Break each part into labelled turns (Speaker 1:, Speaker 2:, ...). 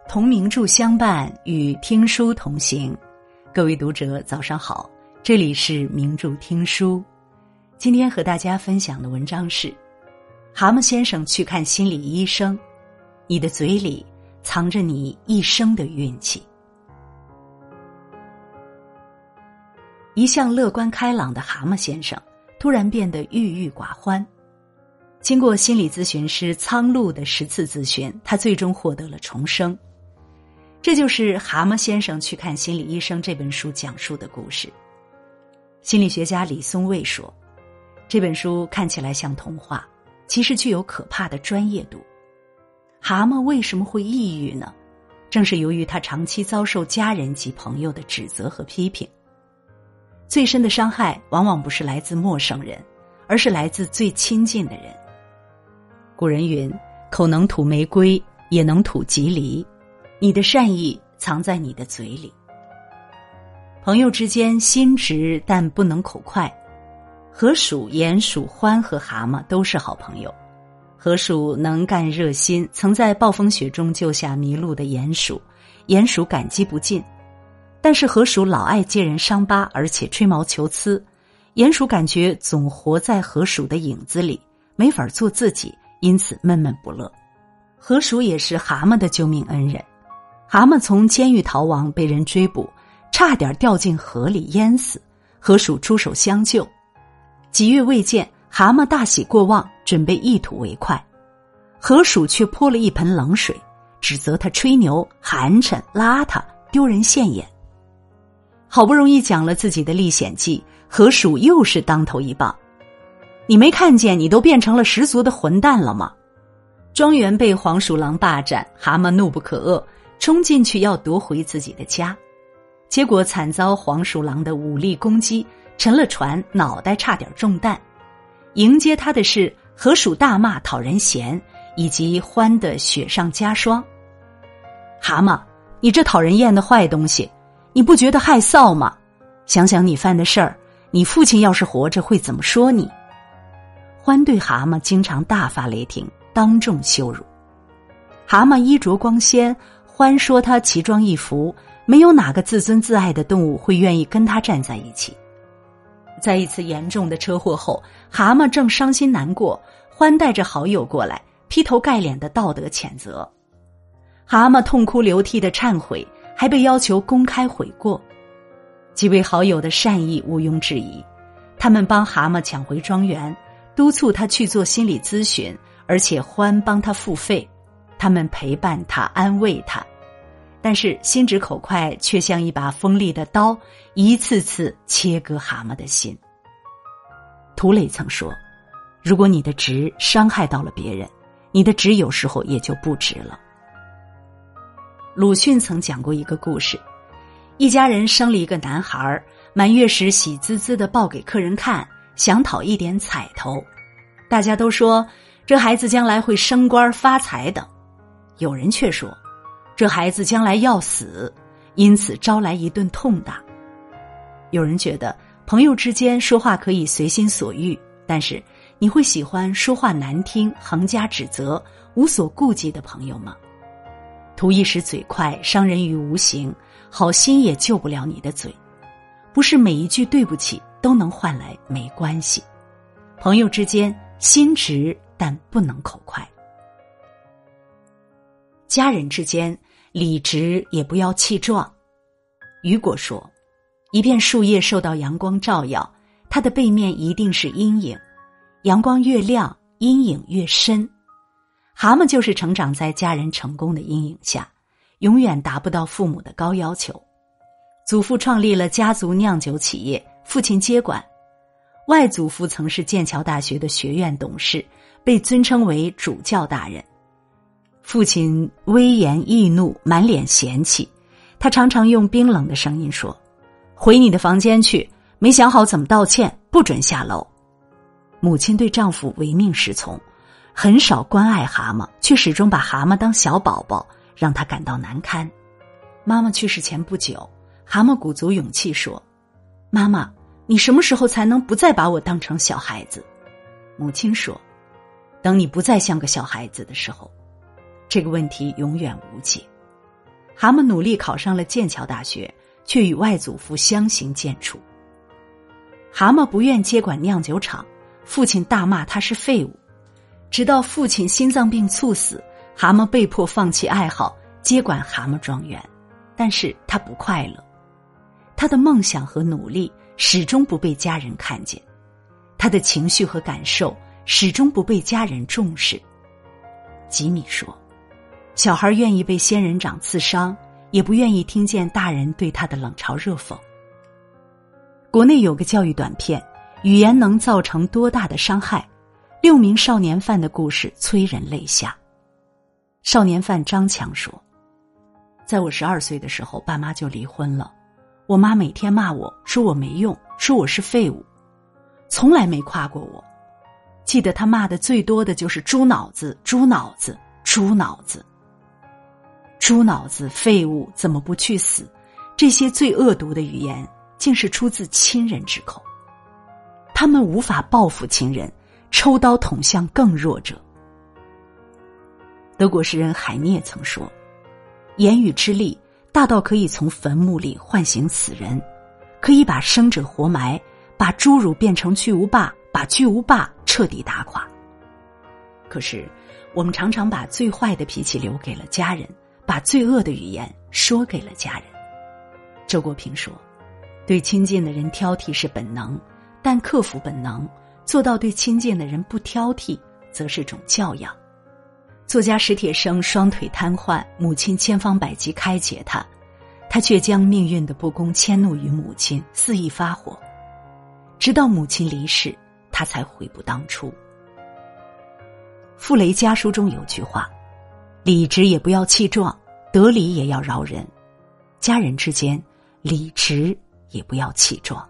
Speaker 1: 同名著相伴，与听书同行。各位读者早上好，这里是名著听书。今天和大家分享的文章是蛤蟆先生去看心理医生，你的嘴里藏着你一生的运气。一向乐观开朗的蛤蟆先生突然变得郁郁寡欢。经过心理咨询师苍鹭的10次咨询，他最终获得了重生。这就是《蛤蟆先生去看心理医生》这本书讲述的故事。心理学家李松蔚说，这本书看起来像童话，其实具有可怕的专业度。蛤蟆为什么会抑郁呢？正是由于他长期遭受家人及朋友的指责和批评。最深的伤害往往不是来自陌生人，而是来自最亲近的人。古人云，口能吐玫瑰，也能吐吉梨。你的善意藏在你的嘴里。朋友之间心直，但不能口快。河鼠、鼹鼠、獾和蛤蟆都是好朋友。河鼠能干热心，曾在暴风雪中救下迷路的鼹鼠，鼹鼠感激不尽。但是河鼠老爱揭人伤疤，而且吹毛求疵，鼹鼠感觉总活在河鼠的影子里，没法做自己，因此闷闷不乐。河鼠也是蛤蟆的救命恩人。蛤蟆从监狱逃亡，被人追捕，差点掉进河里淹死，河鼠出手相救。几月未见，蛤蟆大喜过望，准备一吐为快。河鼠却泼了一盆冷水，指责他吹牛、寒碜、邋遢、丢人现眼。好不容易讲了自己的历险记，河鼠又是当头一棒。你没看见你都变成了十足的混蛋了吗？庄园被黄鼠狼霸占，蛤蟆怒不可遏，冲进去要夺回自己的家，结果惨遭黄鼠狼的武力攻击，沉了船，脑袋差点中弹。迎接他的是河鼠大骂讨人嫌，以及獾的雪上加霜。蛤蟆，你这讨人厌的坏东西，你不觉得害臊吗？想想你犯的事儿，你父亲要是活着会怎么说你？獾对蛤蟆经常大发雷霆，当众羞辱。蛤蟆衣着光鲜，獾说他奇装异服，没有哪个自尊自爱的动物会愿意跟他站在一起。在一次严重的车祸后，蛤蟆正伤心难过，獾带着好友过来，劈头盖脸的道德谴责。蛤蟆痛哭流涕的忏悔，还被要求公开悔过。几位好友的善意毋庸置疑，他们帮蛤蟆抢回庄园，督促他去做心理咨询，而且獾帮他付费。他们陪伴他，安慰他，但是心直口快却像一把锋利的刀，一次次切割蛤蟆的心。涂磊曾说，如果你的直伤害到了别人，你的直有时候也就不直了。鲁迅曾讲过一个故事，一家人生了一个男孩，满月时喜滋滋地抱给客人看，想讨一点彩头。大家都说这孩子将来会升官发财的，有人却说这孩子将来要死，因此招来一顿痛打。有人觉得朋友之间说话可以随心所欲，但是你会喜欢说话难听、横加指责、无所顾忌的朋友吗？图一时嘴快，伤人于无形，好心也救不了你的嘴。不是每一句对不起都能换来没关系。朋友之间心直，但不能口快。家人之间理直，也不要气壮。雨果说，一片树叶受到阳光照耀，它的背面一定是阴影，阳光越亮，阴影越深。蛤蟆就是成长在家人成功的阴影下，永远达不到父母的高要求。祖父创立了家族酿酒企业，父亲接管。外祖父曾是剑桥大学的学院董事，被尊称为主教大人。父亲威严易怒，满脸嫌弃，他常常用冰冷的声音说，回你的房间去，没想好怎么道歉，不准下楼。母亲对丈夫唯命是从，很少关爱蛤蟆，却始终把蛤蟆当小宝宝，让他感到难堪。妈妈去世前不久，蛤蟆鼓足勇气说，妈妈，你什么时候才能不再把我当成小孩子？母亲说，等你不再像个小孩子的时候，这个问题永远无解。 蛤蟆努力考上了剑桥大学，却与外祖父相形见绌。蛤蟆不愿接管酿酒厂，父亲大骂他是废物。直到父亲心脏病猝死，蛤蟆被迫放弃爱好，接管蛤蟆庄园。但是他不快乐，他的梦想和努力始终不被家人看见，他的情绪和感受始终不被家人重视。吉米说，小孩愿意被仙人掌刺伤，也不愿意听见大人对他的冷嘲热讽。国内有个教育短片，语言能造成多大的伤害，6名少年犯的故事催人泪下。少年犯张强说，在我12岁的时候，爸妈就离婚了，我妈每天骂我，说我没用，说我是废物，从来没夸过我。记得他骂的最多的就是猪脑子，猪脑子，猪脑子，猪脑子，废物，怎么不去死，这些最恶毒的语言竟是出自亲人之口。他们无法报复亲人，抽刀捅向更弱者。德国诗人海涅曾说，言语之力大到可以从坟墓里唤醒死人，可以把生者活埋，把侏儒变成巨无霸，把巨无霸彻底打垮。可是我们常常把最坏的脾气留给了家人，把最恶的语言说给了家人。周国平说，对亲近的人挑剔是本能，但克服本能，做到对亲近的人不挑剔，则是种教养。作家史铁生双腿瘫痪，母亲千方百计开解他，他却将命运的不公迁怒于母亲，肆意发火，直到母亲离世，他才悔不当初。傅雷家书中有句话，理直也不要气壮，得理也要饶人。家人之间，理直也不要气壮。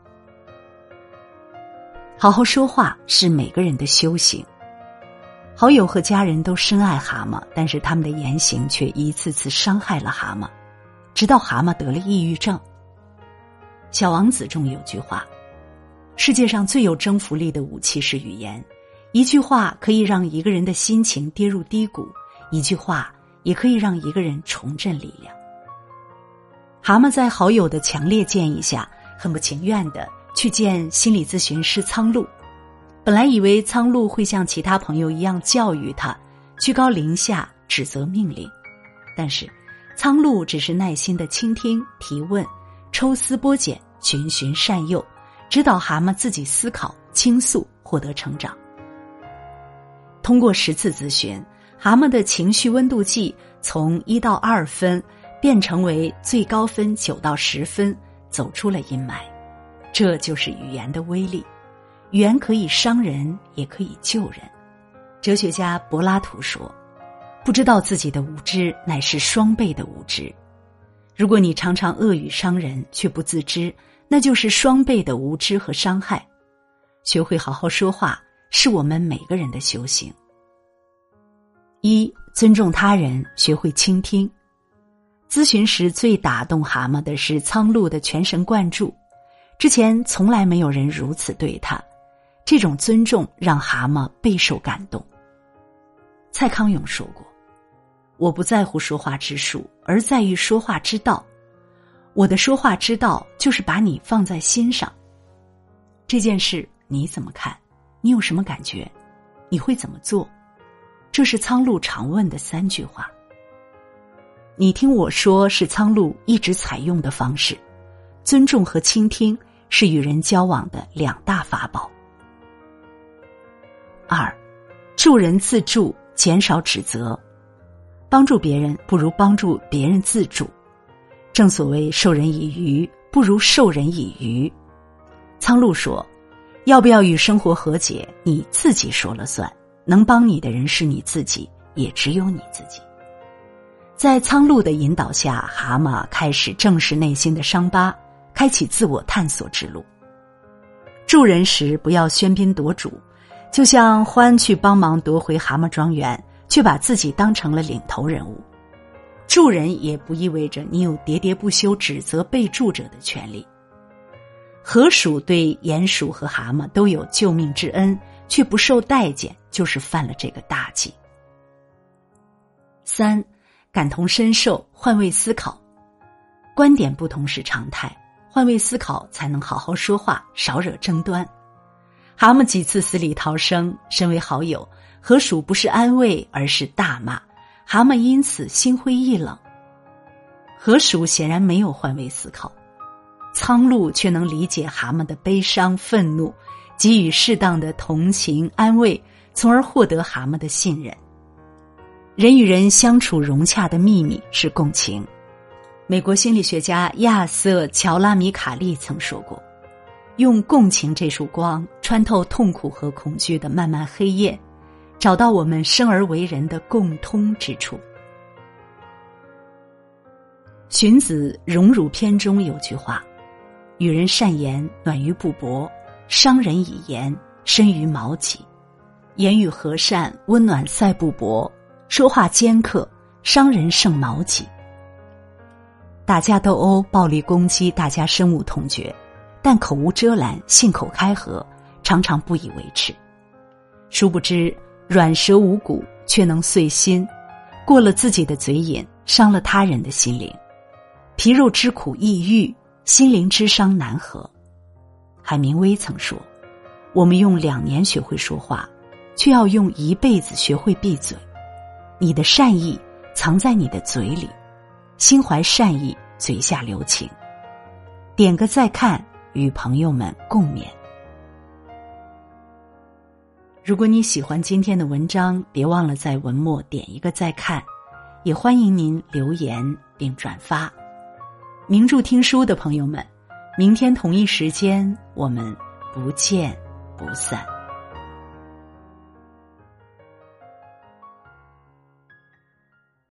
Speaker 1: 好好说话是每个人的修行。好友和家人都深爱蛤蟆，但是他们的言行却一次次伤害了蛤蟆，直到蛤蟆得了抑郁症。小王子中有句话，世界上最有征服力的武器是语言，一句话可以让一个人的心情跌入低谷，一句话也可以让一个人重振力量。蛤蟆在好友的强烈建议下，很不情愿地去见心理咨询师苍鹭。本来以为苍鹭会像其他朋友一样教育他，居高临下指责命令，但是苍鹭只是耐心地倾听提问，抽丝剥茧，循循善诱，指导蛤蟆自己思考倾诉，获得成长。通过10次咨询，蛤蟆的情绪温度计从1到2分变成为最高分9到10分，走出了阴霾。这就是语言的威力，语言可以伤人，也可以救人。哲学家柏拉图说，不知道自己的无知乃是双倍的无知。如果你常常恶语伤人却不自知，那就是双倍的无知和伤害。学会好好说话是我们每个人的修行。1. 尊重他人，学会倾听。咨询时最打动蛤蟆的是苍鹭的全神贯注，之前从来没有人如此对他，这种尊重让蛤蟆备受感动。蔡康永说过，我不在乎说话之术，而在于说话之道。我的说话之道就是把你放在心上。这件事你怎么看？你有什么感觉？你会怎么做？这是苍鹭常问的3句话。你听我说是苍鹭一直采用的方式，尊重和倾听是与人交往的2大法宝。2. 助人自助，减少指责。帮助别人不如帮助别人自助。正所谓授人以鱼，不如授人以渔。苍鹭说，要不要与生活和解，你自己说了算，能帮你的人是你自己，也只有你自己。在苍鹭的引导下，蛤蟆开始正视内心的伤疤，开启自我探索之路。助人时不要喧宾夺主，就像獾去帮忙夺回蛤蟆庄园，却把自己当成了领头人物。助人也不意味着你有喋喋不休指责被助者的权利。河鼠对鼹鼠和蛤蟆都有救命之恩，却不受待见，就是犯了这个大忌。3. 感同身受，换位思考。 观点不同是常态，换位思考才能好好说话，少惹争端。蛤蟆几次死里逃生，身为好友，河鼠不是安慰，而是大骂，蛤蟆因此心灰意冷。河鼠显然没有换位思考，苍鹭却能理解蛤蟆的悲伤愤怒，给予适当的同情安慰，从而获得蛤蟆的信任。人与人相处融洽的秘密是共情。美国心理学家亚瑟·乔拉米卡利曾说过，用共情这束光穿透痛苦和恐惧的漫漫黑夜，找到我们生而为人的共通之处。荀子《荣辱篇》中有句话，与人善言，暖于布帛；伤人以言，深于矛戟。言语和善，温暖赛布帛；说话尖刻，伤人胜矛戟。打架斗殴、暴力攻击，大家深恶痛绝，但口无遮拦、信口开河，常常不以为耻。殊不知，软舌无骨却能碎心，过了自己的嘴瘾，伤了他人的心灵。皮肉之苦易愈，心灵之伤难合。海明威曾说，我们用2年学会说话，却要用1辈子学会闭嘴。你的善意藏在你的嘴里，心怀善意，嘴下留情。点个再看，与朋友们共勉。如果你喜欢今天的文章，别忘了在文末点一个再看，也欢迎您留言并转发。名著听书的朋友们，明天同一时间我们不见不散。